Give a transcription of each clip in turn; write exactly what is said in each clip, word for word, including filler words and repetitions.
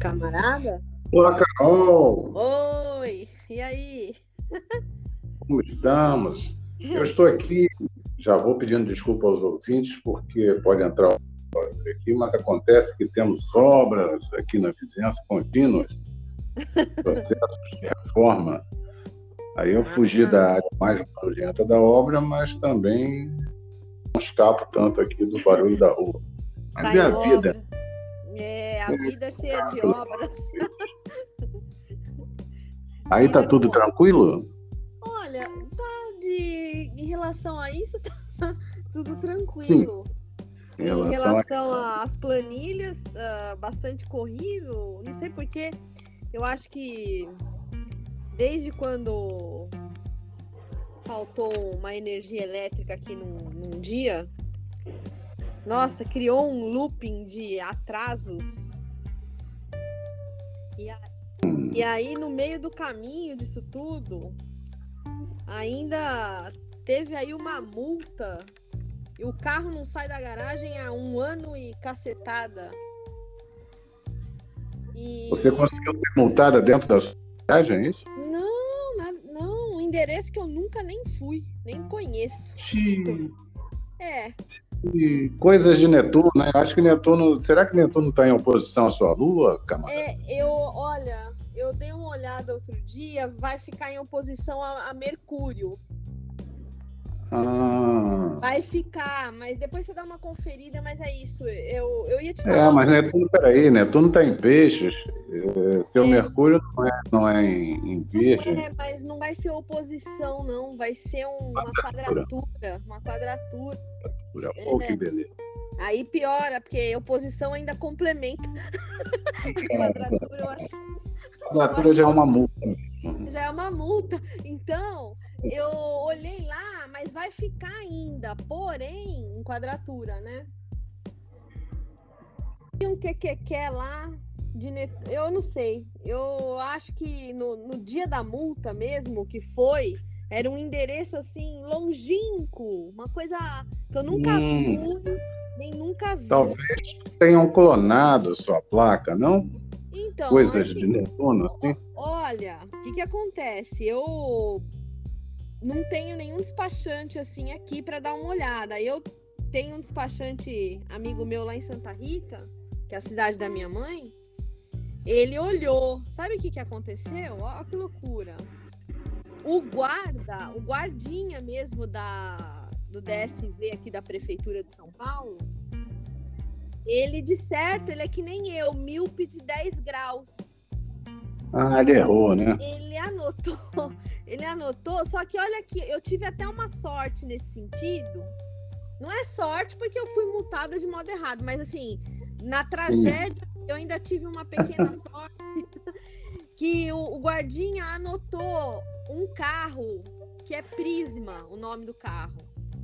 camarada? Olá, Carol! Oi, e aí? Como estamos? Eu estou aqui, já vou pedindo desculpa aos ouvintes, porque pode entrar aqui, mas acontece que temos obras aqui na vizinhança contínuas, processos de reforma. Aí eu fugi da área mais barulhenta da obra, mas também não escapo tanto aqui do barulho da rua. Mas Tá é em a vida. obra. É, a vida é cheia de obras. Aí tá Vida tudo com- tranquilo? Olha, tá de... em relação a isso, tá tudo Sim, tranquilo. em Em relação a... relação às planilhas, tá bastante corrido. Não sei por quê. Eu acho que desde quando faltou uma energia elétrica aqui num, num dia, nossa, criou um looping de atrasos. E, a- e aí, no meio do caminho disso tudo, ainda teve aí uma multa. E o carro não sai da garagem há um ano e cacetada. Você E conseguiu ser multada dentro da sua viagem, é isso? não, nada- não, um endereço que eu nunca nem fui, nem conheço. Xiii. É, E coisas de Netuno, né? Acho que Netuno. Será que Netuno está em oposição à sua Lua, camarada? é, eu, olha, eu dei uma olhada outro dia, vai ficar em oposição a, a Mercúrio. Ah, Vai ficar, mas depois você dá uma conferida, mas é isso. Eu, eu ia te é, falar mas uma. Netuno, peraí, Netuno está em peixes. É, seu É, Mercúrio não é, não é em, em não Virgem. é, mas não vai ser oposição, não. Vai ser um- uma quadratura. Uma quadratura. Oh, que É. beleza. Aí piora, porque oposição ainda complementa a quadratura. Eu acho, A eu quadratura acho já é uma multa mesmo. que já é uma multa. Então, eu olhei lá, mas vai ficar ainda. Porém, em quadratura, né? Tem um que que que lá de net... eu não sei. Eu acho que no, no dia da multa mesmo, que foi, era um endereço assim longínquo, uma coisa que eu nunca Hum, fui, nem nunca vi. talvez tenham clonado sua placa, não? Então, Coisas aí, de Netuno, assim? olha, o que que acontece? Eu não tenho nenhum despachante assim aqui para dar uma olhada. Eu tenho um despachante amigo meu lá em Santa Rita, que é a cidade da minha mãe. Ele olhou. Sabe o que que aconteceu? Ó, que loucura. O guarda, o guardinha mesmo da, do D S V aqui da Prefeitura de São Paulo, ele, de certo, ele é que nem eu, míope de dez graus. Ah, ele errou, né? Ele anotou, ele anotou, só que olha aqui, eu tive até uma sorte nesse sentido. Não é sorte porque eu fui multada de modo errado, mas assim, na tragédia eu ainda tive uma pequena sorte que o, o guardinha anotou um carro que é Prisma, o nome do carro.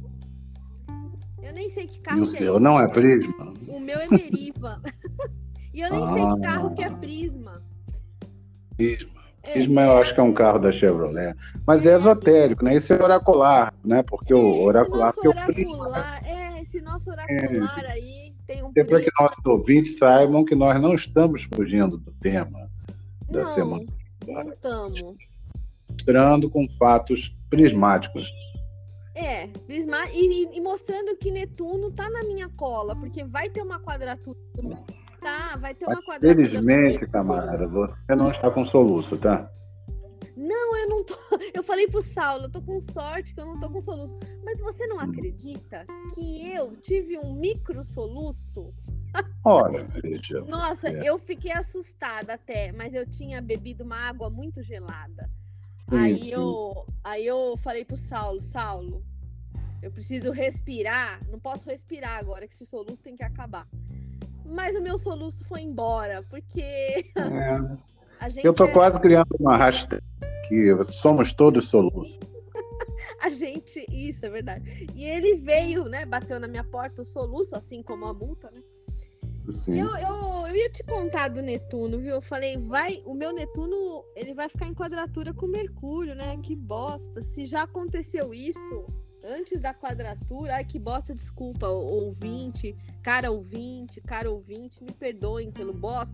Eu nem sei que E carro o que é seu esse. não é Prisma? O meu é Meriva. E eu nem sei Ah, que carro que é Prisma. Prisma. É, Prisma eu é, acho que é um carro da Chevrolet. Mas é é, esotérico, né? Isso é oracular, né? Porque o é, esse oracular, nosso porque o Prisma, oracular, é, esse nosso oracular aí tem um é para que Prisma. nossos ouvintes saibam que nós não estamos fugindo do tema da semana, Não, não tamo. mostrando com fatos prismáticos. É, Prisma e, e- e mostrando que Netuno tá na minha cola, porque vai ter uma quadratura. Tá, vai ter Mas, uma quadratura com felizmente, Mercúrio. camarada, você não está com soluço, tá? Não, eu não tô. Eu falei pro Saulo, eu tô com sorte que eu não tô com soluço. Mas você não acredita que eu tive um micro soluço? Olha, veja. Nossa, É, eu fiquei assustada até, mas eu tinha bebido uma água muito gelada. sim, Aí sim. eu, aí eu falei pro Saulo, Saulo, eu preciso respirar, não posso respirar agora, que esse soluço tem que acabar. Mas o meu soluço foi embora, porque É, a gente eu estou é, quase criando uma hashtag que somos todos soluços. a gente, isso é verdade. E ele veio, né, bateu na minha porta o soluço, assim como a multa, né? E Sim. eu, eu, eu ia te contar do Netuno, viu? Eu falei, vai, o meu Netuno, ele vai ficar em quadratura com Mercúrio, né? Que bosta. Se já aconteceu isso antes da quadratura, ai que bosta, desculpa, ouvinte, cara ouvinte, cara ouvinte, me perdoem pelo bosta,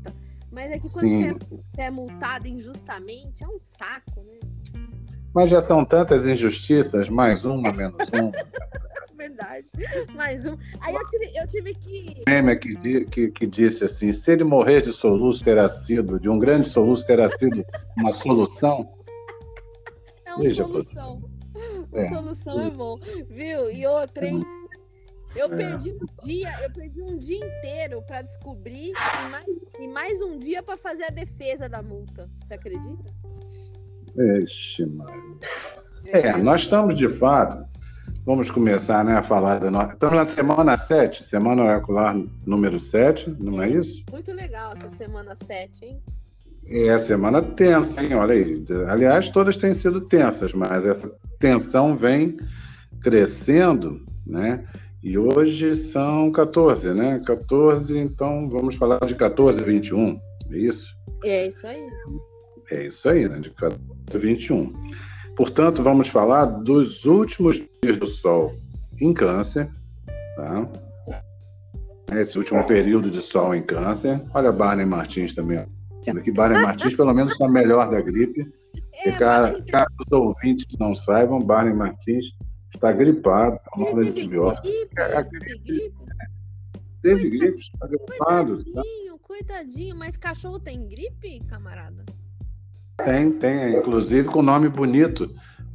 Mas é que quando Sim. você é, você é multado injustamente, é um saco, né? Mas já são tantas injustiças, mais uma, menos uma. Verdade. Mais um. Aí eu tive, eu tive que. Meme que, di- que, que disse assim: se ele morrer de soluço, terá sido, de um grande soluço, terá sido uma solução. É uma Veja, solução. Uma É. solução é bom. Viu? E outra, hein? Eu perdi um dia, eu perdi um dia inteiro para descobrir e mais, e mais um dia para fazer a defesa da multa. Você acredita? Ixi, Maria. É, nós estamos de fato. Vamos começar, né, a falar da nossa. Estamos na semana sete, semana oracular número sete, não é isso? Muito legal essa semana sete, hein? É a semana tensa, hein? Olha aí. Aliás, todas têm sido tensas, mas essa tensão vem crescendo, né? E hoje são quatorze, né? quatorze, então vamos falar de quatorze a vinte e um, é isso? É isso aí. É isso aí, né? De quatorze a vinte e um. Portanto, vamos falar dos últimos dias do Sol em Câncer, tá? Esse último período de Sol em Câncer. Olha a Barney Martins também. Aqui, Barney Martins, pelo menos, está melhor da gripe. É, E caso, mas- caso os ouvintes não saibam, Barney Martins está gripado, tomando Ele teve antibiótico. gripe, É, ele teve gripe. Teve gripe, está gripado. Tá? Coitadinho, coitadinho. Mas cachorro tem gripe, camarada? Tem, tem, inclusive com nome bonito.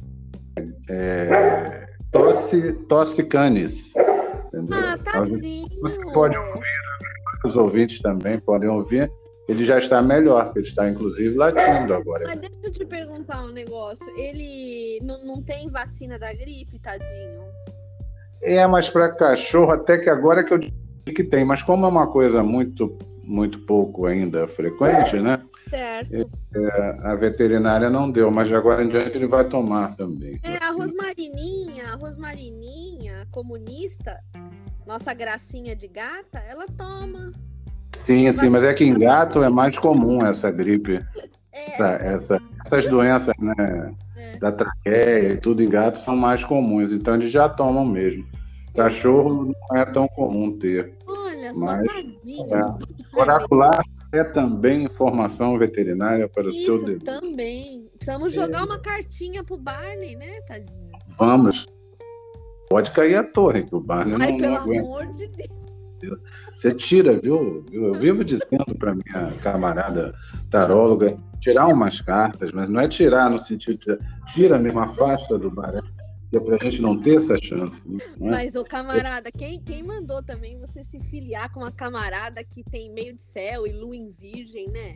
É, tossi, tossicanis. Entendeu? Ah, Então, tadinho. você pode ouvir, os ouvintes também podem ouvir. Ele já está melhor, ele está inclusive latindo agora. Mas deixa eu te perguntar um negócio. Ele não, não tem vacina da gripe, tadinho? É, mas para cachorro, até que agora que eu digo que tem, mas como é uma coisa muito, muito pouco ainda frequente, né? Certo. A veterinária não deu, mas de agora em diante ele vai tomar também. É, a Assim. Rosmarininha, a Rosmarininha, comunista, nossa gracinha de gata, ela toma. Sim, sim, mas é que em gato é mais comum essa gripe, É, essa, essa- essas doenças, né, é. da traqueia e tudo em gato são mais comuns, então eles já tomam mesmo. Cachorro não é tão comum ter. Olha Mas, só, tadinho. é. Oracular é também informação veterinária para o seu Isso dever. também. Precisamos jogar uma cartinha pro Barney, né, tadinho? Vamos. Pode cair a torre, que o Barney Ai, não, pelo não aguenta. amor de Deus. Você tira, viu? Eu vivo dizendo para minha camarada taróloga tirar umas cartas, mas não é tirar no sentido de tira mesmo, afasta do baralho, que é para a gente não ter essa chance. Não é? Mas, ô camarada, quem, quem mandou também você se filiar com uma camarada que tem meio de céu e lua em virgem, né?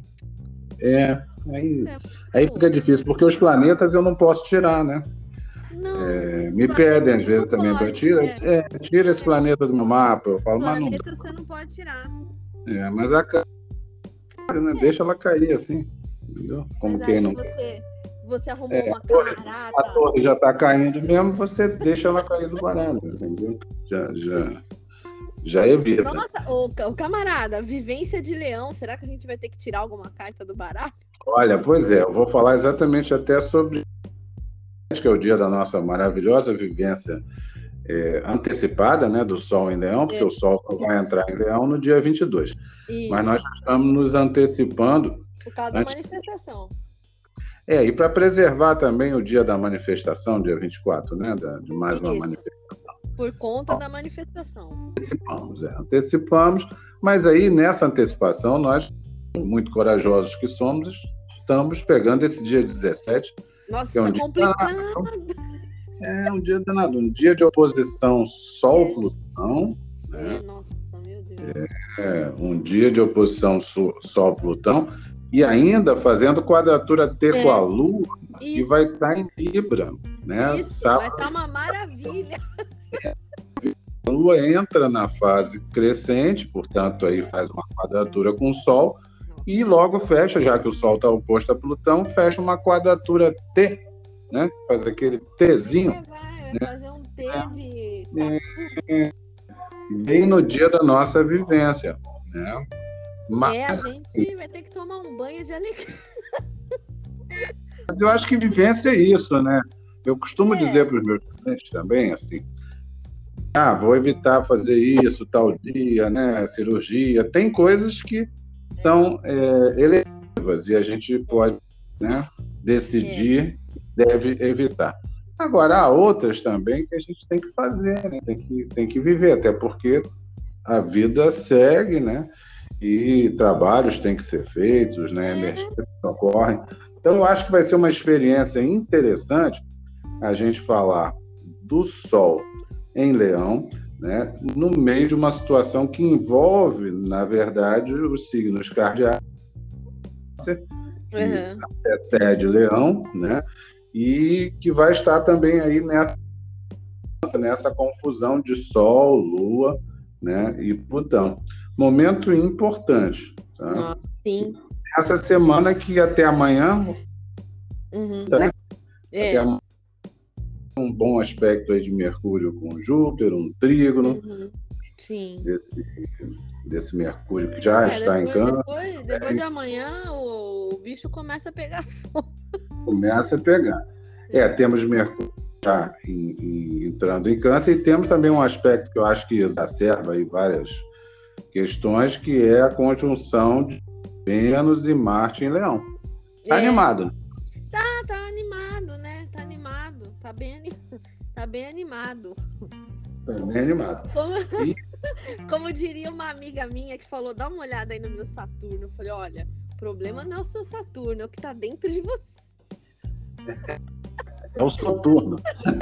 É, aí, É, aí pô. fica difícil, porque os planetas eu não posso tirar, né? Não, É, os me planetas pedem às você vezes não também para pode, tirar. é. É, tira esse planeta do meu mapa. Eu falo, mas não dá. Planeta você não pode tirar. É, mas a cara, né? Deixa ela cair assim, entendeu? Como Mas quem aí não. você, você arrumou É, uma a torre- camarada. A torre já está caindo mesmo, você deixa ela cair do baralho, entendeu? Já, já, já evita. Nossa, ô, ca- ô, camarada, vivência de leão, será que a gente vai ter que tirar alguma carta do baralho? Olha, pois é, eu vou falar exatamente até sobre que é o dia da nossa maravilhosa vivência é, antecipada, né, do Sol em Leão, porque É. o Sol só vai entrar em Leão no dia vinte e dois. Isso, Mas nós já estamos nos antecipando. por causa da antes- manifestação. É, e para preservar também o dia da manifestação, dia vinte e quatro, né, da- de mais uma Isso. manifestação. Por conta da manifestação. Antecipamos, é, antecipamos, mas aí nessa antecipação nós, muito corajosos que somos, estamos pegando esse dia dezessete, Nossa, Que é um dia- complicado. é um dia danado, um dia de oposição Sol-Plutão, né? É, nossa, meu Deus. É, um dia de oposição Su- Sol-Plutão, e ainda fazendo quadratura T É. com a Lua, que Isso, vai estar em Libra, né? isso, Sábado, vai estar uma maravilha. a Lua entra na fase crescente, portanto, aí faz uma quadratura com o Sol, e logo fecha, já que o Sol está oposto a Plutão, fecha uma quadratura T, né? Faz aquele Tzinho, É, vai, vai fazer um T de. bem no dia da nossa vivência, né? Mas, É, a gente vai ter que tomar um banho de alegria. mas eu acho que vivência é isso, né? Eu costumo É. dizer para os meus clientes também, assim, ah, vou evitar fazer isso tal dia, né? Cirurgia. Tem coisas que são é, eletivas e a gente pode, né, decidir, é. deve evitar. Agora, há outras também que a gente tem que fazer, né? tem, que, tem que viver, até porque a vida segue, né? E trabalhos têm que ser feitos, né? Emergências ocorrem. Então, eu acho que vai ser uma experiência interessante a gente falar do Sol em Leão, né? No meio de uma situação que envolve, na verdade, os signos cardeais, que uhum. antecede Leão, né? E que vai estar também aí nessa, nessa confusão de Sol, Lua, né, e Plutão. Momento importante. Tá? Ah, sim. Essa semana que até amanhã, uhum. tá? é. até amanhã, um bom aspecto aí de Mercúrio com Júpiter, um trígono. Uhum. Sim. Desse, desse Mercúrio que já é, está depois, em Câncer. Depois, depois é. de amanhã, o, o bicho começa a pegar fogo. Começa a pegar. É, temos Mercúrio já em, em, entrando em Câncer e temos também um aspecto que eu acho que exacerba aí várias questões, que é a conjunção de Vênus e Marte em Leão. Tá é. animado? Tá, tá animado, né? Tá animado. Tá bem, anim... tá bem animado. Tá bem animado. Como... E... Como diria uma amiga minha que falou, dá uma olhada aí no meu Saturno. Eu falei, olha, o problema não é o seu Saturno, é o que tá dentro de você. É o Saturno.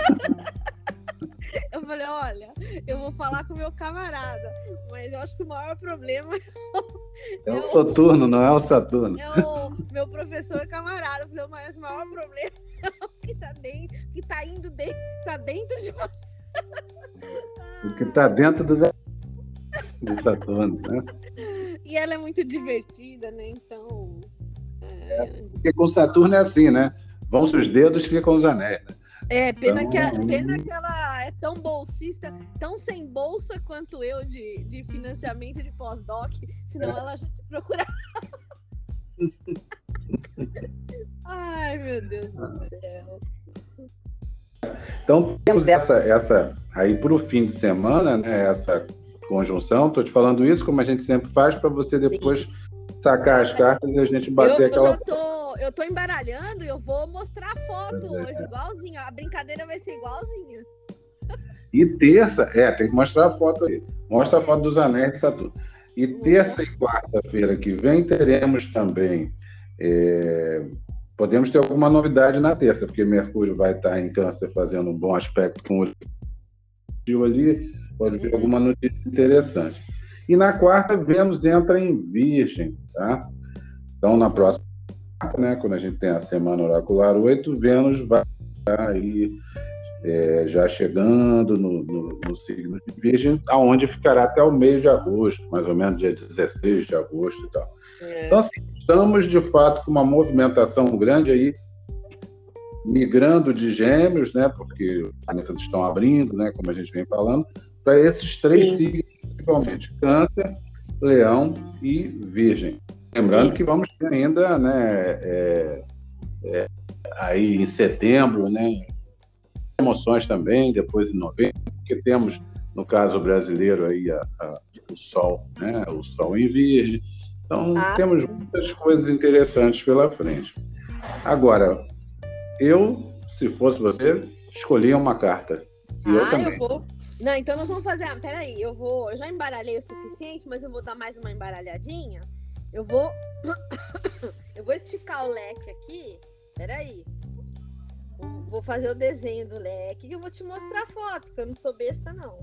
Eu falei, olha, eu vou falar com o meu camarada, mas eu acho que o maior problema é, é o Saturno, não é o Saturno. É o meu professor camarada. Eu falei, mas o maior problema é o que tá dentro, que tá indo dentro, tá dentro de você. O que tá dentro do, do Saturno, né? E ela é muito divertida, né? Então. É... É, porque com Saturno é assim, né? Vão-se os dedos, ficam os anéis. Né? É, pena, então... que a, pena que ela é tão bolsista, tão sem bolsa quanto eu de, de financiamento de pós-doc, senão é. ela já te procurava. Ai, meu Deus do céu. Então, temos essa, essa aí para o fim de semana, né, essa conjunção. Estou te falando isso, como a gente sempre faz, para você depois Sim. sacar as cartas e a gente bater eu, aquela... Eu já tô, eu tô embaralhando e eu vou mostrar a foto é, hoje, é. igualzinho. A brincadeira vai ser igualzinha. E terça, é, tem que mostrar a foto aí. Mostra a foto dos anéis, tá tudo. E terça e quarta-feira que vem teremos também... É, podemos ter alguma novidade na terça, porque Mercúrio vai estar em Câncer fazendo um bom aspecto com o Gil ali, pode ter alguma notícia interessante. E na quarta, Vênus entra em Virgem, tá? Então, na próxima quarta, né, quando a gente tem a semana oracular oito, Vênus vai estar aí é, já chegando no, no, no signo de Virgem, aonde ficará até o mês de agosto, mais ou menos dia dezesseis de agosto e tal. É. Então, assim, estamos, de fato, com uma movimentação grande aí, migrando de Gêmeos, né, porque os planetas estão abrindo, né, como a gente vem falando, para esses três Sim. signos, principalmente Câncer, Leão e Virgem. Lembrando Sim. que vamos ter ainda, né, é, é, aí em setembro, né, emoções também, depois em novembro, porque temos, no caso brasileiro, aí a, a, o Sol, né, o Sol em Virgem. Então, ah, temos sim. muitas coisas interessantes pela frente. Agora, eu, se fosse você, escolhia uma carta. E ah, eu também. eu vou. Não, então nós vamos fazer... Peraí, eu vou... Eu já embaralhei o suficiente, mas eu vou dar mais uma embaralhadinha. Eu vou... eu vou esticar o leque aqui. Peraí. Vou fazer o desenho do leque e eu vou te mostrar a foto, porque eu não sou besta, não.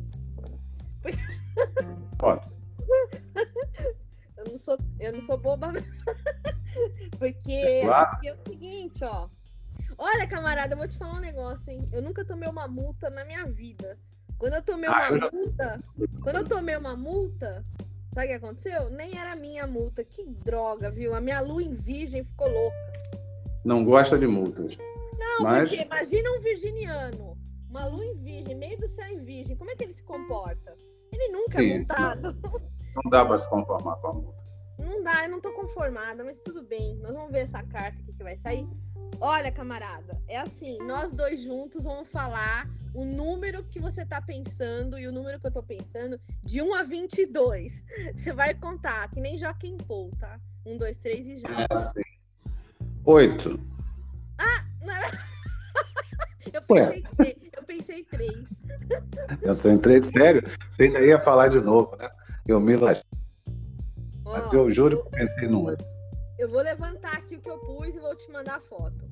Foto. Eu não sou, eu não sou boba, não. Porque claro. Aqui é o seguinte, ó. Olha, camarada, eu vou te falar um negócio, hein? Eu nunca tomei uma multa na minha vida. Quando eu tomei uma ah, multa, já... quando eu tomei uma multa, sabe o que aconteceu? Nem era minha multa. Que droga, viu? A minha lua em Virgem ficou louca. Não gosta de multas. Não, mas... porque imagina um virginiano, uma lua em Virgem, meio do céu em Virgem, como é que ele se comporta? Ele nunca Sim, é multado. Não, não dá para se conformar com a multa. Não não dá, eu não tô conformada, mas tudo bem. Nós vamos ver essa carta aqui que vai sair. Olha, camarada, é assim, nós dois juntos vamos falar o número que você tá pensando e o número que eu tô pensando de um a vinte e dois. Você vai contar, que nem Joaquim Pô, tá? um, dois, três e já. É assim. Oito. Ah, não era... eu pensei três. Eu pensei três. Eu estou em três, sério? Você ainda ia falar de novo, né? Eu me lasquei. Mas eu juro eu, que eu pensei no oito. Eu vou levantar aqui o que eu pus e vou te mandar a foto.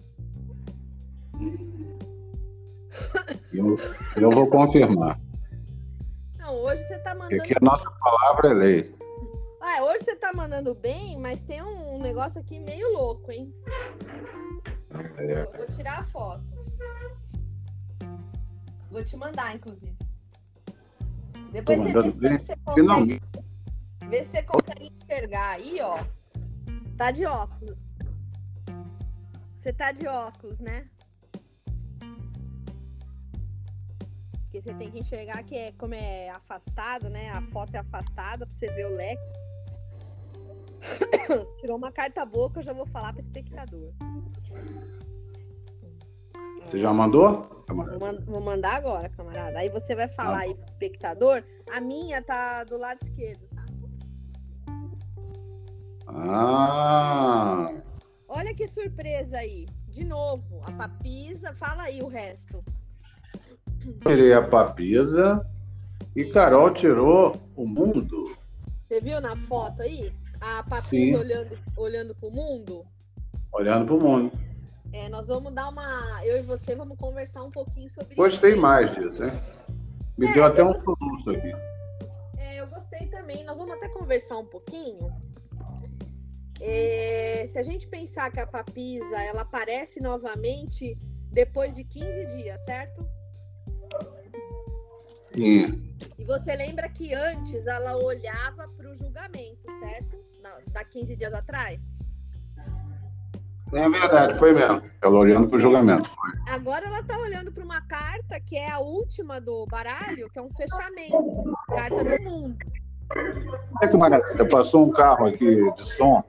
Eu, eu vou confirmar. Não, hoje você tá mandando. Porque a nossa palavra é lei. Ah, hoje você tá mandando bem, mas tem um negócio aqui meio louco, hein? É. Eu vou tirar a foto. Vou te mandar, inclusive. Depois você vê se você consegue. Finalmente. Vê se você consegue enxergar aí, ó. Tá de óculos. Você tá de óculos, né? Porque você tem que enxergar que é como é afastado, né? A foto é afastada pra você ver o leque. Se tirou uma carta boa que eu já vou falar pro espectador. Você já mandou, camarada? Vou, vou mandar agora, camarada. Aí você vai falar ah. aí pro espectador. A minha tá do lado esquerdo, tá? Ah! Olha que surpresa aí. De novo, a papisa. Fala aí o resto. Tirei a papisa e Isso. Carol tirou o mundo. Você viu na foto aí? A papisa olhando, olhando pro mundo? Olhando pro mundo. É, nós vamos dar uma... Eu e você vamos conversar um pouquinho sobre Gostei isso. Gostei mais disso, hein? Me é, deu até um soluço aqui. É, eu gostei também. Nós vamos até conversar um pouquinho. É, se a gente pensar que a papisa, ela aparece novamente depois de quinze dias, certo? Sim. E você lembra que antes ela olhava para o julgamento, certo? Na, da quinze dias atrás? É verdade, foi mesmo. Ela olhando para o julgamento. Foi. Agora ela está olhando para uma carta que é a última do baralho, que é um fechamento. Carta do mundo. É que maravilha. Passou um carro aqui de som.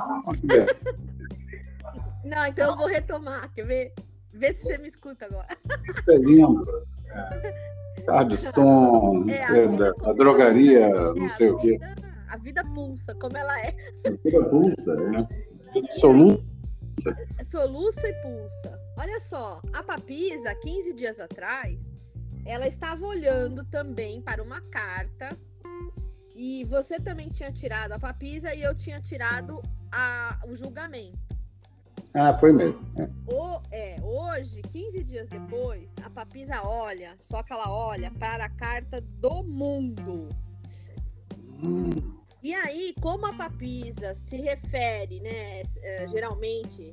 Não, então eu vou retomar. Quer ver? Vê se você me escuta agora. Isso é lindo. É. Carro de som, é, a, é, da, a drogaria, é, não sei o quê. A vida pulsa, como ela é. A vida pulsa, é. Soluça. Soluça e pulsa. Olha só, a papisa, quinze dias atrás, ela estava olhando também para uma carta. E você também tinha tirado a papisa e eu tinha tirado a, o julgamento. Ah, foi mesmo. É. O, é, hoje, quinze dias depois, a papisa olha, só que ela olha para a carta do mundo. Hum. E aí, como a papisa se refere, né, geralmente,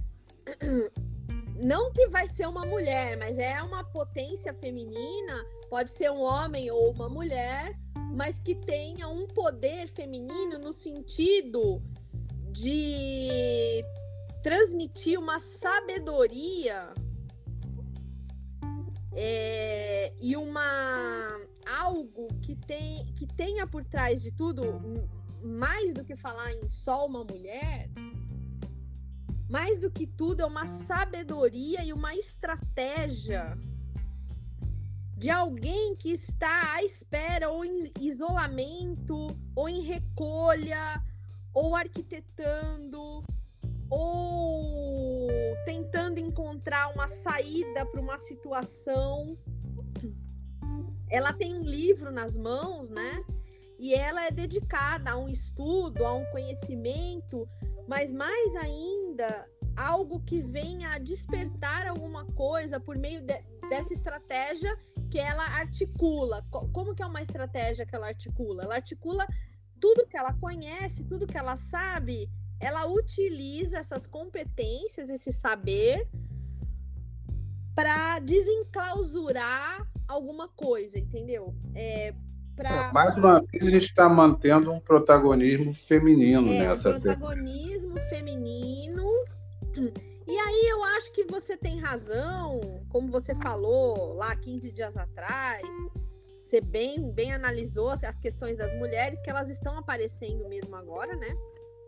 não que vai ser uma mulher, mas é uma potência feminina, pode ser um homem ou uma mulher, mas que tenha um poder feminino no sentido de transmitir uma sabedoria é, e uma algo que, tem, que tenha por trás de tudo, mais do que falar em só uma mulher, mais do que tudo é uma sabedoria e uma estratégia de alguém que está à espera ou em isolamento, ou em recolha, ou arquitetando, ou tentando encontrar uma saída para uma situação. Ela tem um livro nas mãos, né? E ela é dedicada a um estudo, a um conhecimento, mas mais ainda, algo que venha a despertar alguma coisa por meio de, dessa estratégia que ela articula. Como que é uma estratégia que ela articula? Ela articula tudo que ela conhece, tudo que ela sabe, ela utiliza essas competências, esse saber, para desenclausurar alguma coisa, entendeu? É, pra... Mais uma vez, a gente está mantendo um protagonismo feminino é, nessa. Um protagonismo feminino. E aí eu acho que você tem razão, como você falou lá quinze dias atrás, você bem, bem analisou as questões das mulheres, que elas estão aparecendo mesmo agora, né?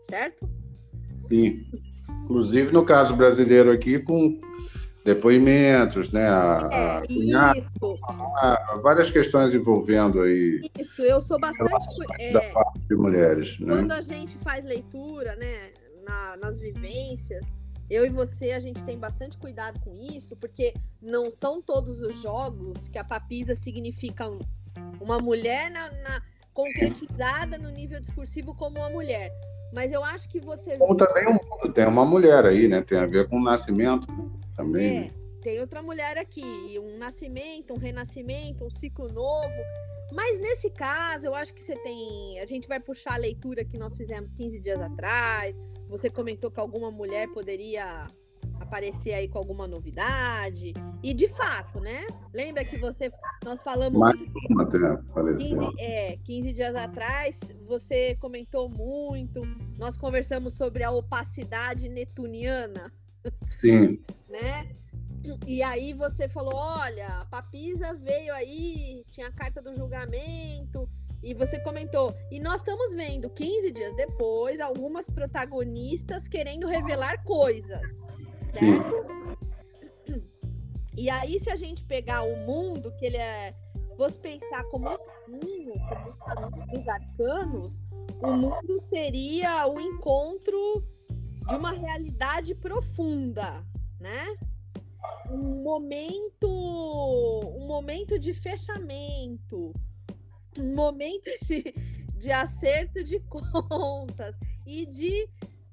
certo? Sim. Inclusive, no caso brasileiro aqui, com depoimentos, né? A, a É, cunhada, isso. a, várias questões envolvendo aí Isso, eu sou bastante... da É, parte de mulheres, né? quando a gente faz leitura, né, na, nas vivências, eu e você, a gente tem bastante cuidado com isso, porque não são todos os jogos que a papisa significa uma mulher na, na, concretizada no nível discursivo como uma mulher. Mas eu acho que você... Ou também um, tem uma mulher aí, né? Tem a ver com o nascimento também. É, tem outra mulher aqui, um nascimento, um renascimento, um ciclo novo. Mas nesse caso, eu acho que você tem... A gente vai puxar a leitura que nós fizemos quinze dias atrás. Você comentou que alguma mulher poderia aparecer aí com alguma novidade. E de fato, né? Lembra que você... Nós falamos Mais muito... uma até apareceu. quinze, é, quinze dias atrás, você comentou muito. Nós conversamos sobre a opacidade netuniana. Sim. Né? E aí você falou, olha, a papisa veio aí, tinha a carta do julgamento, e você comentou, e nós estamos vendo, quinze dias depois, algumas protagonistas querendo revelar coisas, certo? Sim. E aí, se a gente pegar o mundo, que ele é, se fosse pensar como um caminho, como um caminho dos arcanos, o mundo seria o encontro de uma realidade profunda, né? Um momento, um momento de fechamento, um momento de, de acerto de contas e de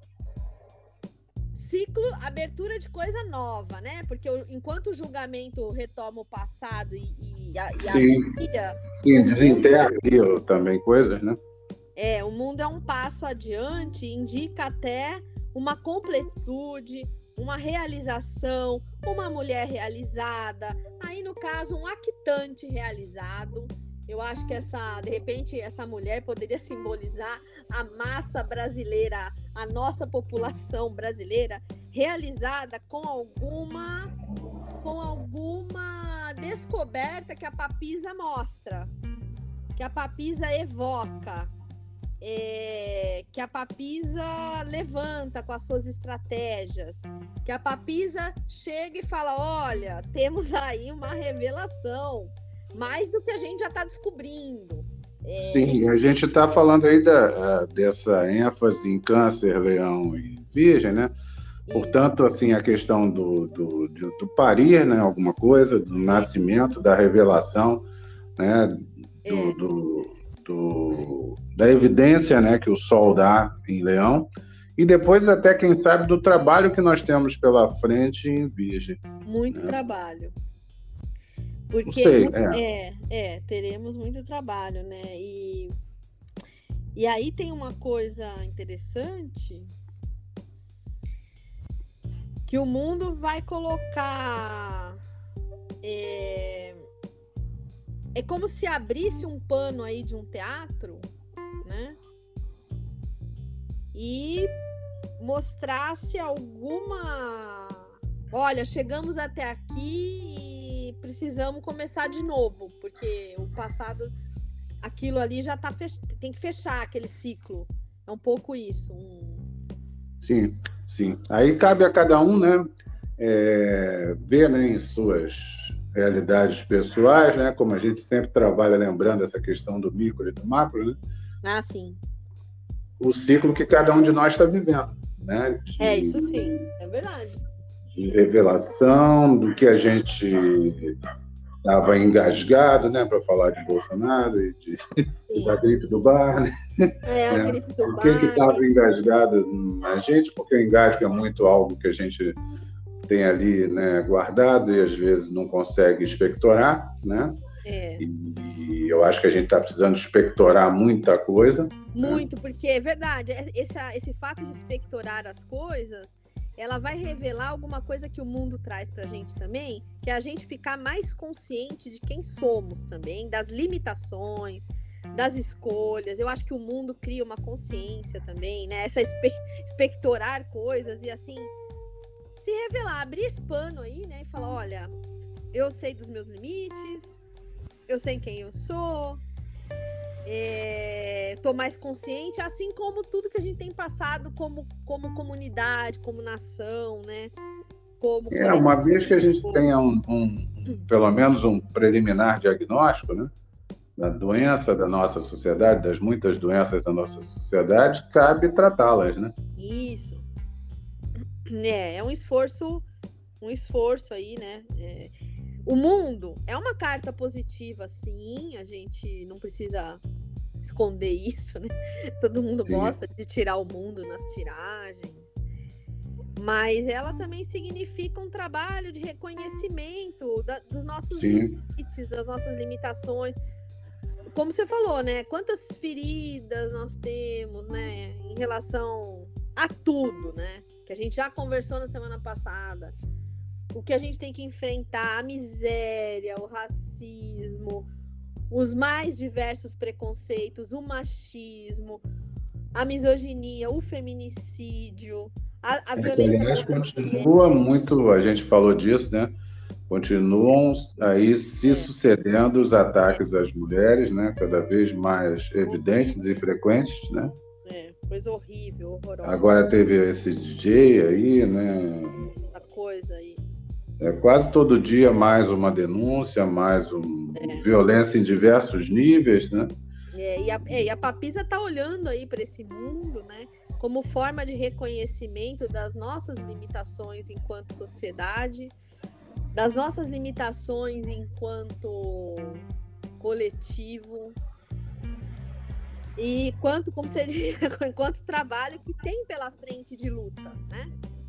ciclo, abertura de coisa nova, né? Porque enquanto o julgamento retoma o passado e, e a, e a sim, vida, sim, desenterra mundo, também coisas, né? É, o mundo é um passo adiante, indica até uma completude, uma realização, uma mulher realizada, aí no caso um actante realizado. Eu acho que essa, de repente, essa mulher poderia simbolizar a massa brasileira, a nossa população brasileira realizada com alguma, com alguma descoberta que a papisa mostra, que a papisa evoca. É, que a papisa levanta com as suas estratégias, que a papisa chega e fala, olha, temos aí uma revelação, mais do que a gente já está descobrindo. É... Sim, a gente está falando aí da, dessa ênfase em câncer, leão e virgem, né? Portanto, assim, a questão do, do, do, do parir, né? Alguma coisa, do nascimento, da revelação, né? Do, é. do Do, da evidência, né, que o Sol dá em Leão, e depois até, quem sabe, do trabalho que nós temos pela frente em Virgem. Muito né? trabalho. Porque Não sei, muito, é. É, é, teremos muito trabalho, né? E, e aí tem uma coisa interessante que o mundo vai colocar... É, É como se abrisse um pano aí de um teatro, né? E mostrasse alguma... Olha, chegamos até aqui e precisamos começar de novo, porque o passado, aquilo ali já tá fech... tem que fechar aquele ciclo. É um pouco isso. Um... Sim, sim. Aí cabe a cada um, né? É, ver, né, em suas realidades pessoais, né? Como a gente sempre trabalha lembrando essa questão do micro e do macro, né? Ah, sim. O ciclo que cada um de nós está vivendo, né? De, é, isso sim, é verdade. De revelação, do que a gente estava engasgado, né? Para falar de Bolsonaro e, de, e da gripe do bar, né? É, a gripe do o bar. que estava engasgado na gente, porque o engasgo é muito algo que a gente tem ali, né, guardado e às vezes não consegue expectorar, né? É. E, e eu acho que a gente está precisando expectorar muita coisa. Muito, né? porque é verdade, esse, esse fato de expectorar as coisas, ela vai revelar alguma coisa que o mundo traz pra gente também, que é a gente ficar mais consciente de quem somos também, das limitações, das escolhas. Eu acho que o mundo cria uma consciência também, né? Essa espe expectorar coisas e assim... se revelar, abrir esse pano aí, né? E falar, olha, eu sei dos meus limites, eu sei quem eu sou, Estou é, mais consciente, assim como tudo que a gente tem passado como, como comunidade, como nação, né? Como é, uma vez que a gente tenha um, um, pelo menos um preliminar diagnóstico, né, da doença da nossa sociedade, das muitas doenças da nossa sociedade, cabe tratá-las, né? Isso. É, é um esforço, um esforço aí, né? É, o mundo é uma carta positiva, sim, a gente não precisa esconder isso, né? Todo mundo sim. gosta de tirar o mundo nas tiragens, mas ela também significa um trabalho de reconhecimento da, dos nossos sim. limites, das nossas limitações. Como você falou, né? Quantas feridas nós temos, né? Em relação a tudo, né? Que a gente já conversou na semana passada. O que a gente tem que enfrentar, a miséria, o racismo, os mais diversos preconceitos, o machismo, a misoginia, o feminicídio, a, a violência... Aliás, continua muito, a gente falou disso, né? Continuam aí se é. sucedendo os ataques é. às mulheres, né? Cada vez mais evidentes horrível. e frequentes, né? É, coisa horrível, horrorosa. Agora teve esse D J aí, né? Essa coisa aí. É quase todo dia mais uma denúncia, mais um, é. violência em diversos níveis, né? É, e, a, é, e a Papisa está olhando aí para esse mundo, né? Como forma de reconhecimento das nossas limitações enquanto sociedade, das nossas limitações enquanto coletivo e quanto, como você diz, enquanto trabalho que tem pela frente de luta, né?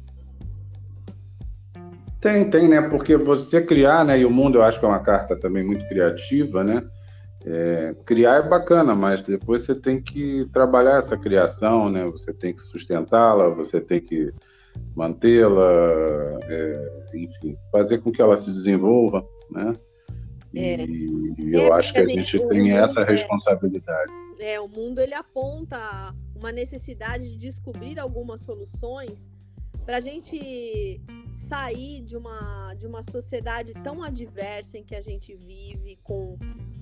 Tem, tem, né? Porque você criar, né? E o mundo eu acho que é uma carta também muito criativa, né? É, criar é bacana, mas depois você tem que trabalhar essa criação, né? Você tem que sustentá-la, você tem que mantê-la, é, enfim, fazer com que ela se desenvolva, né? E, é. e eu é, acho que a gente, gente tem essa é, responsabilidade. É, o mundo ele aponta uma necessidade de descobrir algumas soluções para a gente sair de uma, de uma sociedade tão adversa em que a gente vive, com,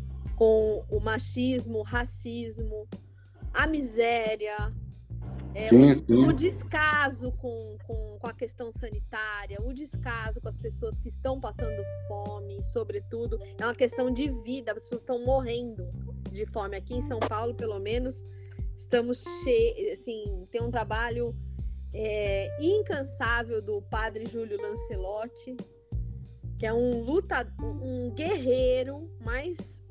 com o machismo, o racismo, a miséria, é, sim, o, des, sim. o descaso com, com, com a questão sanitária, o descaso com as pessoas que estão passando fome, sobretudo. É uma questão de vida, as pessoas estão morrendo de fome. Aqui em São Paulo, pelo menos, estamos cheios, assim, tem um trabalho... É, incansável do padre Júlio Lancelotti, que é um lutador, um guerreiro, mas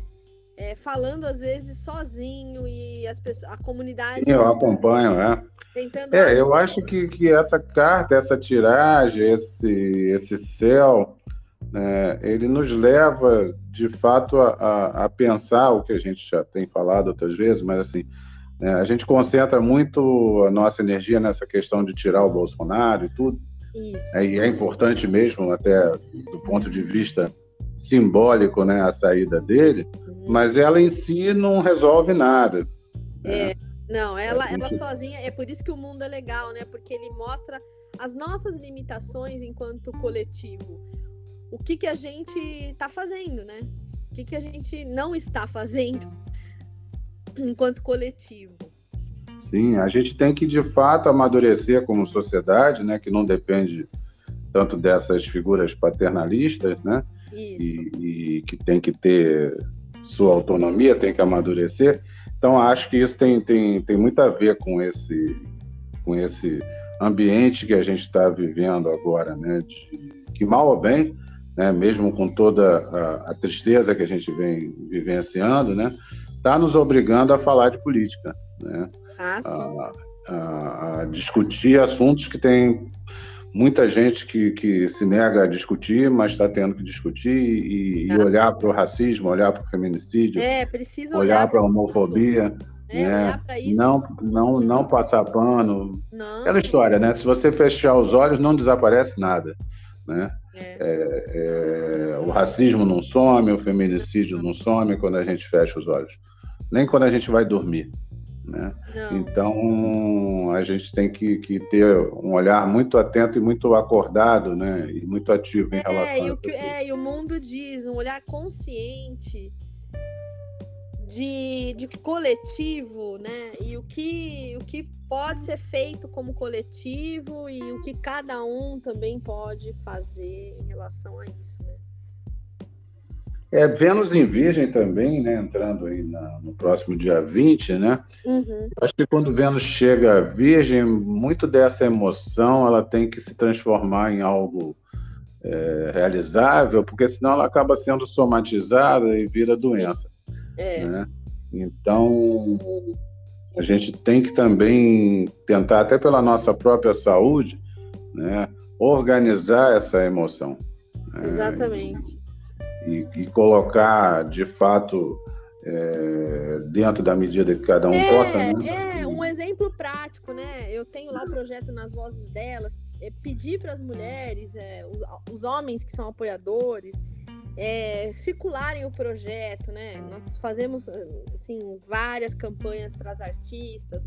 é, falando às vezes sozinho e as pessoas, a comunidade... Sim, eu acompanho, é. Tentando é, eu acho que, que essa carta, essa tiragem, esse, esse céu, né, ele nos leva, de fato, a, a, a pensar o que a gente já tem falado outras vezes, mas assim, a gente concentra muito a nossa energia nessa questão de tirar o Bolsonaro e tudo. Isso. E é importante mesmo, até do ponto de vista simbólico, né, a saída dele, uhum. mas ela em si não resolve nada. É, né? Não, ela, gente... ela sozinha, é por isso que o mundo é legal, né? Porque ele mostra as nossas limitações enquanto coletivo. O que, que a gente está fazendo, né? O que, que a gente não está fazendo enquanto coletivo. Sim, a gente tem que, de fato, amadurecer como sociedade, né, que não depende tanto dessas figuras paternalistas, né, isso. E, e que tem que ter sua autonomia, tem que amadurecer. Então, acho que isso tem, tem, tem muito a ver com esse, com esse ambiente que a gente está vivendo agora, né, de, que mal ou bem, né, mesmo com toda a, a tristeza que a gente vem vivenciando, né, está nos obrigando a falar de política, né? Ah, sim. A, a, a discutir assuntos que tem muita gente que, que se nega a discutir, mas está tendo que discutir e, e olhar para o racismo, olhar para o feminicídio, é, precisa olhar, olhar para a homofobia, é, né? olhar para isso. Não, não, não passar pano. Não. Aquela história, né? Se você fechar os olhos, não desaparece nada, né? É. É, é, o racismo não some, o feminicídio não some quando a gente fecha os olhos. Nem quando a gente vai dormir, né? Então, a gente tem que, que ter um olhar muito atento e muito acordado, né? E muito ativo em relação é, a isso. É, e o mundo diz, um olhar consciente de, de coletivo, né? E o que, o que pode ser feito como coletivo e o que cada um também pode fazer em relação a isso, né? É, Vênus em Virgem também, né? Entrando aí na, no próximo dia vinte, né? Uhum. Acho que quando Vênus chega a Virgem, muito dessa emoção ela tem que se transformar em algo é, realizável, porque senão ela acaba sendo somatizada e vira doença. É. Né? Então, a gente tem que também tentar, até pela nossa própria saúde, né, organizar essa emoção. Né? Exatamente. E, e colocar, de fato, é, dentro da medida que cada um é, possa. Né? É, um exemplo prático, né? Eu tenho lá o projeto Nas Vozes Delas, é pedir para as mulheres, é, os, os homens que são apoiadores, É, circularem o projeto, né? Nós fazemos assim, várias campanhas para as artistas,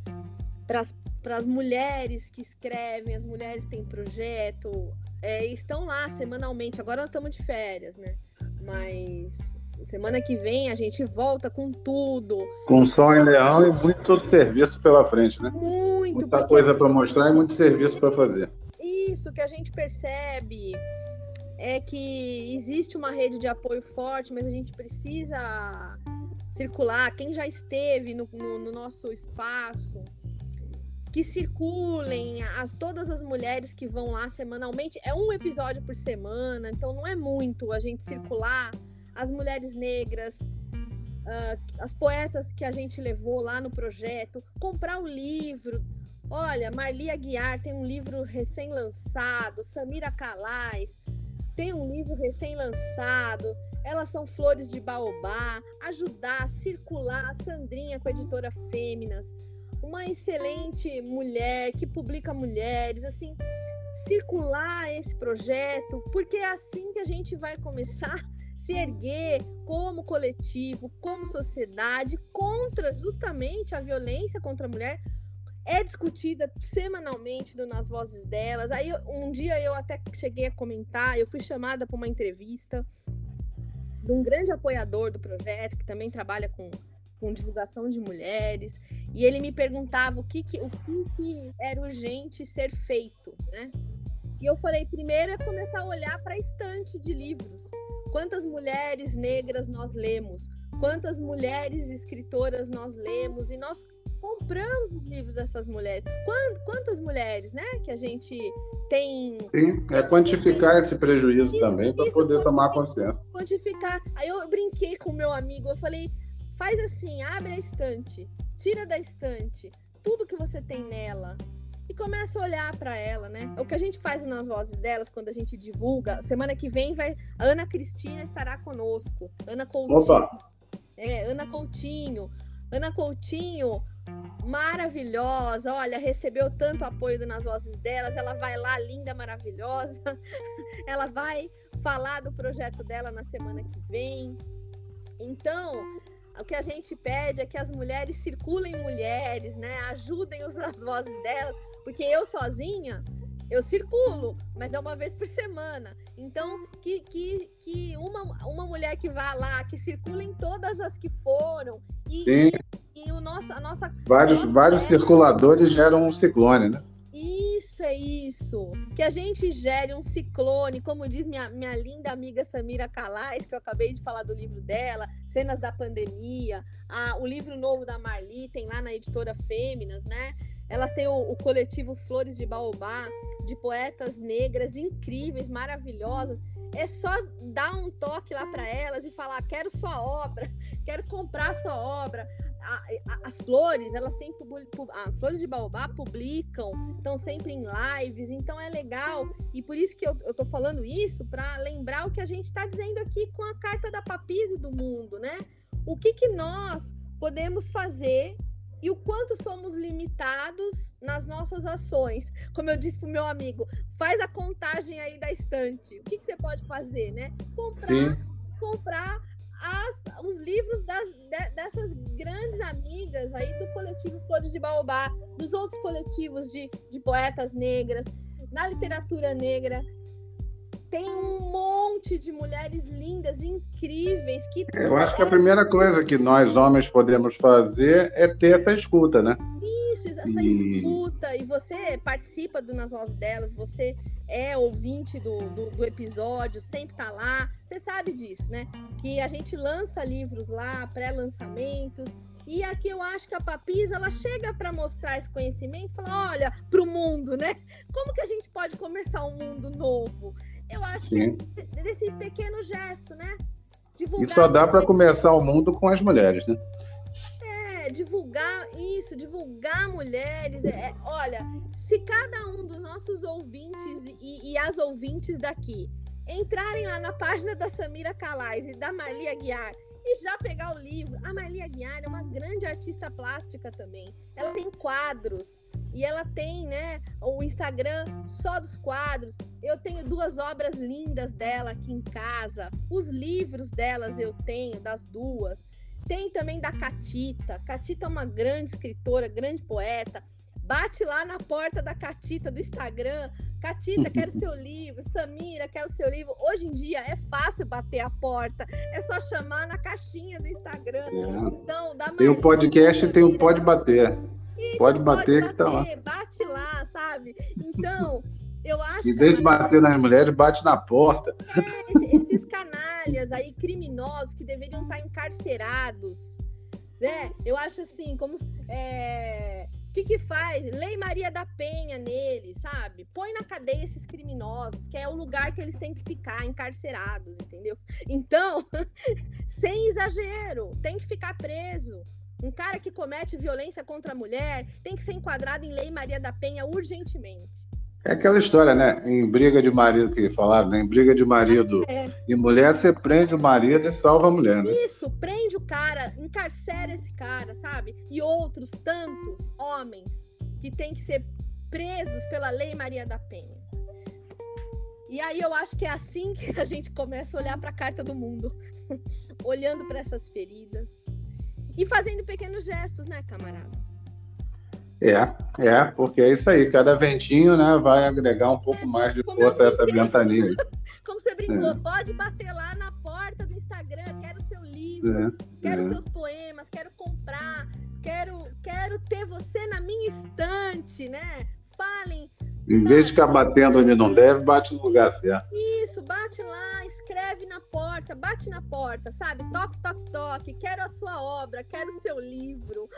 para as mulheres que escrevem, as mulheres que têm projeto, é, estão lá semanalmente. Agora nós estamos de férias, né? Mas semana que vem a gente volta com tudo. Com Sol em Leão e muito serviço pela frente, né? Muito. Muita coisa assim, para mostrar e muito serviço para fazer. Isso que a gente percebe é que existe uma rede de apoio forte, mas a gente precisa circular. Quem já esteve no, no, no nosso espaço, que circulem, as, todas as mulheres que vão lá semanalmente, é um episódio por semana, então não é muito a gente circular as mulheres negras, uh, as poetas que a gente levou lá no projeto, comprar o livro. Olha, Marli Aguiar tem um livro recém-lançado, Samira Calais tem um livro recém-lançado, elas são Flores de Baobá, ajudar a circular, a Sandrinha com a editora Fêminas, uma excelente mulher que publica mulheres, assim, circular esse projeto, porque é assim que a gente vai começar a se erguer como coletivo, como sociedade, contra justamente a violência contra a mulher. É discutida semanalmente no Nas Vozes Delas. Aí um dia eu até cheguei a comentar, eu fui chamada para uma entrevista de um grande apoiador do projeto, que também trabalha com, com divulgação de mulheres, e ele me perguntava o que, que, o que, que era urgente ser feito, né? E eu falei, primeiro é começar a olhar para a estante de livros. Quantas mulheres negras nós lemos? Quantas mulheres escritoras nós lemos? E nós compramos os livros dessas mulheres. Quantas mulheres, né, que a gente tem... Sim, é quantificar esse prejuízo isso, também para poder tomar consciência. Quantificar. Aí eu brinquei com o meu amigo, eu falei, faz assim, abre a estante, tira da estante tudo que você tem nela e começa a olhar para ela, né? O que a gente faz nas Vozes Delas, quando a gente divulga, semana que vem vai, a Ana Cristina estará conosco. Ana Coutinho. Opa. É, Ana Coutinho. Ana Coutinho, maravilhosa, olha, recebeu tanto apoio Nas Vozes Delas, ela vai lá, linda, maravilhosa, ela vai falar do projeto dela na semana que vem. Então, o que a gente pede é que as mulheres circulem mulheres, né, ajudem os Nas Vozes Delas, porque eu sozinha, eu circulo, mas é uma vez por semana. Então, que, que, que uma, uma mulher que vá lá, que circulem todas as que foram, e, Sim. e, e o nosso, a nossa... Vários, nossa vários mulher, circuladores geram um ciclone, né? Isso, é isso. Que a gente gere um ciclone, como diz minha, minha linda amiga Samira Calais, que eu acabei de falar do livro dela, Cenas da Pandemia, a, o livro novo da Marli, tem lá na editora Fêminas, né? Elas têm o, o coletivo Flores de Baobá, de poetas negras incríveis, maravilhosas. É só dar um toque lá para elas e falar, quero sua obra, quero comprar sua obra. A, a, as flores, elas têm a Flores de Baobá publicam, estão sempre em lives, então é legal. E por isso que eu, eu tô falando isso, para lembrar o que a gente está dizendo aqui com a carta da Papise do mundo, né? O que que nós podemos fazer e o quanto somos limitados nas nossas ações. Como eu disse pro meu amigo, faz a contagem aí da estante. O que, que você pode fazer, né? Comprar, Sim. comprar as, os livros das, de, dessas grandes amigas aí do coletivo Flores de Baobá, dos outros coletivos de, de poetas negras, na literatura negra. tem um monte de mulheres lindas, incríveis. Que Eu acho que a primeira coisa que nós homens podemos fazer é ter essa escuta, né? Isso, essa E- escuta. E você participa do Nas Vozes Delas, você é ouvinte do, do, do episódio, sempre tá lá. Você sabe disso, né? Que a gente lança livros lá, pré-lançamentos. E aqui eu acho que a Papisa, ela chega para mostrar esse conhecimento, fala, olha, para o mundo, né? Como que a gente pode começar um mundo novo? Eu acho Sim. que é desse pequeno gesto, né? E Divulgar, só dá para começar o mundo com as mulheres, né? é, divulgar isso, divulgar mulheres. É, é, olha, se cada um dos nossos ouvintes e, e as ouvintes daqui entrarem lá na página da Samira Calais e da Marli Aguiar e já pegar o livro. A Marli Aguiar é uma grande artista plástica também. Ela tem quadros e ela tem, né, o Instagram só dos quadros. Eu tenho duas obras lindas dela aqui em casa. Os livros delas eu tenho, das duas. Tem também da Catita. Catita é uma grande escritora, grande poeta. Bate lá na porta da Catita do Instagram. Catita, quero seu livro. Samira, quero seu livro. Hoje em dia é fácil bater a porta. É só chamar na caixinha do Instagram. É. Então, da Tem o Marli, podcast e tem o Samira, Pode Bater. Pode bater pode que tá lá. bater, bate lá, sabe? Então, eu acho Em que vez a de Marli- bater nas mulheres, bate na porta. esse- esses canalhas aí, criminosos, que deveriam estar encarcerados, né? Eu acho assim, como... é, o que que faz? Lei Maria da Penha neles, sabe? Põe na cadeia esses criminosos, que é o lugar que eles têm que ficar, encarcerados, entendeu? Então, sem exagero, tem que ficar preso. Um cara que comete violência contra a mulher tem que ser enquadrado em Lei Maria da Penha urgentemente. É aquela história, né? Em briga de marido que falaram, né? Em briga de marido É. e mulher, você prende o marido e salva a mulher, né? Isso, prende o cara, encarcera esse cara, sabe? E outros tantos homens que têm que ser presos pela Lei Maria da Penha. E aí eu acho que é assim que a gente começa a olhar para a carta do mundo, olhando para essas feridas e fazendo pequenos gestos, né, camarada? É, é, porque é isso aí. Cada ventinho, né, vai agregar um pouco mais de Como eu força a essa brinquei. ventania. Como você brincou, É. pode bater lá na porta do Instagram, quero seu livro, É, quero é. seus poemas, quero comprar, quero, quero ter você na minha estante, né? Falem Em vez de ficar batendo onde não deve, bate no lugar certo. isso, bate lá, escreve na porta, bate na porta, sabe? Toque, toque, toque, quero a sua obra, quero o seu livro.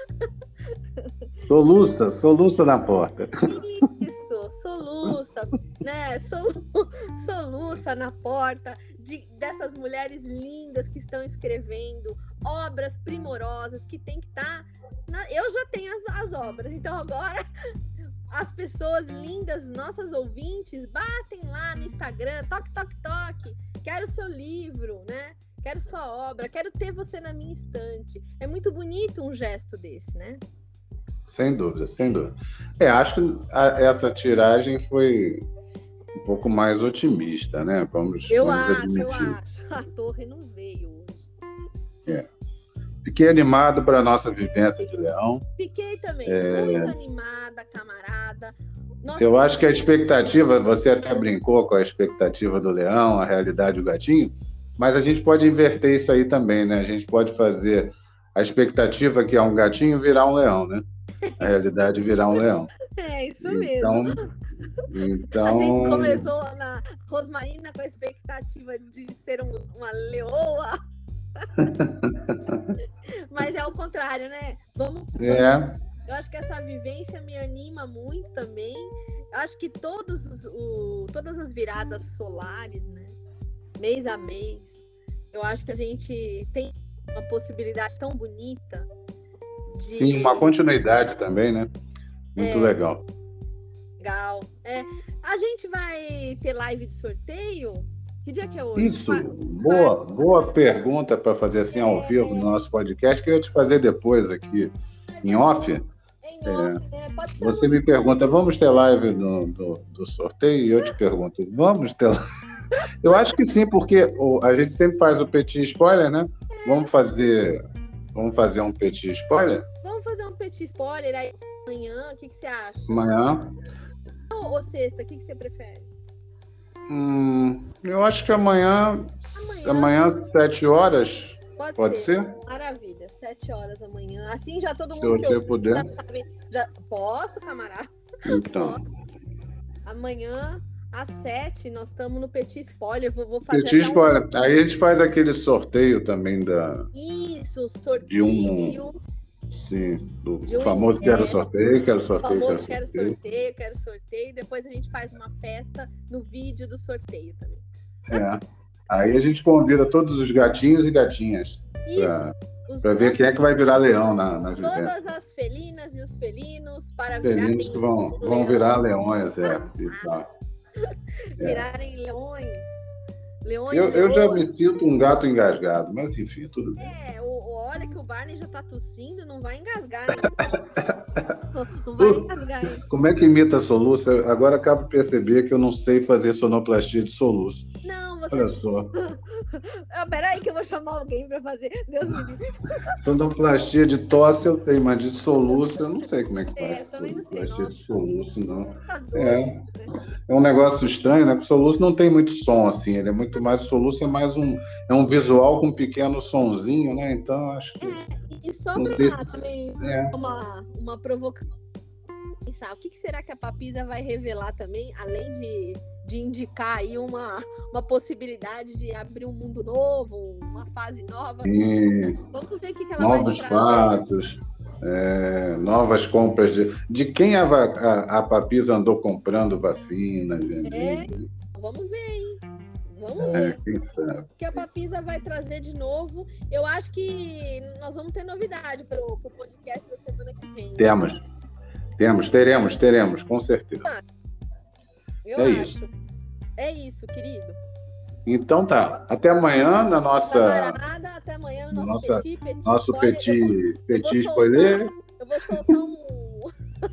Soluça, soluça na porta. Isso, soluça, né? Solu- Soluça na porta de, dessas mulheres lindas que estão escrevendo obras primorosas que tem que estar. Eu já tenho as, as obras, então agora as pessoas lindas, nossas ouvintes, batem lá no Instagram, toque, toque, toque, quero o seu livro, né? Quero sua obra, quero ter você na minha estante. É muito bonito um gesto desse, né? Sem dúvida, sem dúvida. É, acho que a- essa tiragem foi um pouco mais otimista, né? Vamos, Eu vamos acho, admitir. eu acho. A torre não veio hoje. Fiquei animado para a nossa vivência de Leão. Fiquei também É. muito animada, camarada. Nossa, Eu acho que a expectativa, você até brincou com a expectativa do Leão, a realidade do gatinho, mas a gente pode inverter isso aí também, né? A gente pode fazer a expectativa que é um gatinho virar um leão, né? A realidade virar um leão. é isso Então, mesmo. então A gente começou na Rosmarina com a expectativa de ser um- uma leoa. Mas é o contrário, né? Vamos, é, eu acho que essa vivência me anima muito também. Eu acho que todos os, o, todas as viradas solares, né? Mês a mês, eu acho que a gente tem uma possibilidade tão bonita de... sim, uma continuidade também, né? Muito É. legal. Legal. É, a gente vai ter live de sorteio? Que dia que é hoje? Isso, Qua- boa, boa pergunta para fazer assim ao vivo no nosso podcast, que eu ia te fazer depois aqui em off. Em off, né? Pode ser Você me pergunta, vamos ter live do, do, do sorteio? E eu te pergunto, vamos ter live? Eu acho que sim, porque o- a gente sempre faz o petit spoiler, né? Vamos fazer, vamos fazer um petit spoiler Vamos fazer um petit spoiler aí amanhã. O que, que você acha? amanhã. Ou, ou sexta? O que, que você prefere? Hum, eu acho que amanhã, Amanhã, amanhã, sete horas, pode, pode ser. ser? Maravilha, sete horas da manhã. Assim já todo Se mundo que você eu puder. já sabe. Já... Posso, camarada? Então, Posso. Amanhã, às sete, nós estamos no Petit Spoiler. Vou, vou fazer Petit até um. spoiler. Aí a gente faz aquele sorteio também da, Isso, de um, sorteio. sim, do De um famoso quero ingresso. sorteio, quero sorteio, Famoso quero quero sorteio. sorteio, quero sorteio. Depois a gente faz uma festa no vídeo do sorteio também. É. Aí a gente convida todos os gatinhos e gatinhas Isso. para ver quem é que vai virar leão na, na vivência. Todas as felinas e os felinos para Felinos virarem que vão, leão. vão virar leões, é. E tal. Virarem leões. Leões, Eu, eu já me leões. sinto um gato engasgado, mas enfim, tudo bem. É, o, o- olha que o Barney já tá tossindo, não vai engasgar, hein? Não vai engasgar, hein? Como é que imita soluço? Eu agora acabo de perceber que eu não sei fazer sonoplastia de soluço. Não, você. Olha só. Ah, peraí que eu vou chamar alguém para fazer. Deus me livre. Sonoplastia de tosse eu sei, mas de soluço eu não sei como é que É, faz. também não sei, Sonoplastia de soluço, não. Tá doido, É. né? É um negócio estranho, né? Porque o soluço não tem muito som, assim. Ele é muito mais... O soluço é mais um... É um visual com um pequeno sonzinho, né? Então, acho que... E só Não para sei. também É. uma, uma provocação. Pensar, o que, que será que a Papisa vai revelar também, além de, de indicar aí uma, uma possibilidade de abrir um mundo novo, uma fase nova? E Vamos ver o que, que ela novos vai trazer. fatos, é, novas compras de... De quem a, va- a, a Papisa andou comprando vacinas, vendendo? Vamos ver, hein? Vamos É, ver quem sabe? o que a Papisa vai trazer de novo. Eu acho que nós vamos ter novidade para o podcast da semana que vem. Temos. Temos, teremos, teremos, com certeza. Eu É acho. isso. É isso, querido. Então tá. Até amanhã na nossa... Camarada, até amanhã no nosso Nossa- petit, petit Nosso spoiler. petit, Eu vou- petit eu vou soltar- spoiler. Eu vou soltar um.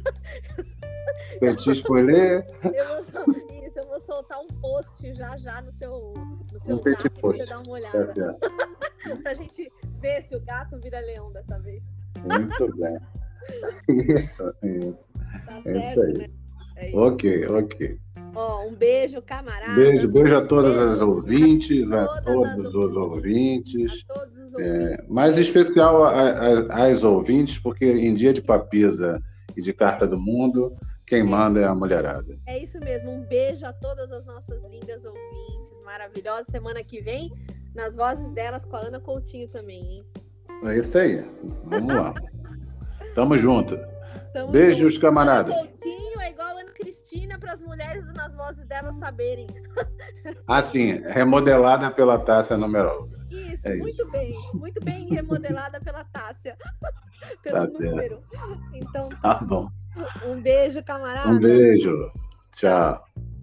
Petit spoiler. Eu vou, sol- isso, eu vou soltar um post já já no seu, no seu Um petit zap pra post. você dar uma Tá olhada. certo. Pra gente ver se o gato vira leão dessa vez. Muito bem. Isso, isso. Tá É isso certo, aí. né? É isso. Ok, ok. Ó, um beijo, camarada. Beijo, beijo a todas Beijo as ouvintes, a todas todos as os ouvintes. ouvintes. A todos os É, ouvintes. mais em especial a- a- às ouvintes, porque em dia de Papisa e de Carta do Mundo, quem manda é a mulherada. É isso mesmo. Um beijo a todas as nossas lindas ouvintes maravilhosas. Semana que vem, nas vozes delas com a Ana Coutinho também, hein? É isso aí. Vamos lá. Tamo junto. Tamo Beijos, junto. camarada. Ana Coutinho é igual a Ana Cristina para as mulheres nas vozes delas saberem. Assim, remodelada pela Tássia Numeróloga. Isso, É muito bem. Muito bem remodelada pela Tássia. Pelo Tá certo. número. Então, Tá bom. um beijo, camarada. Um beijo. Tchau.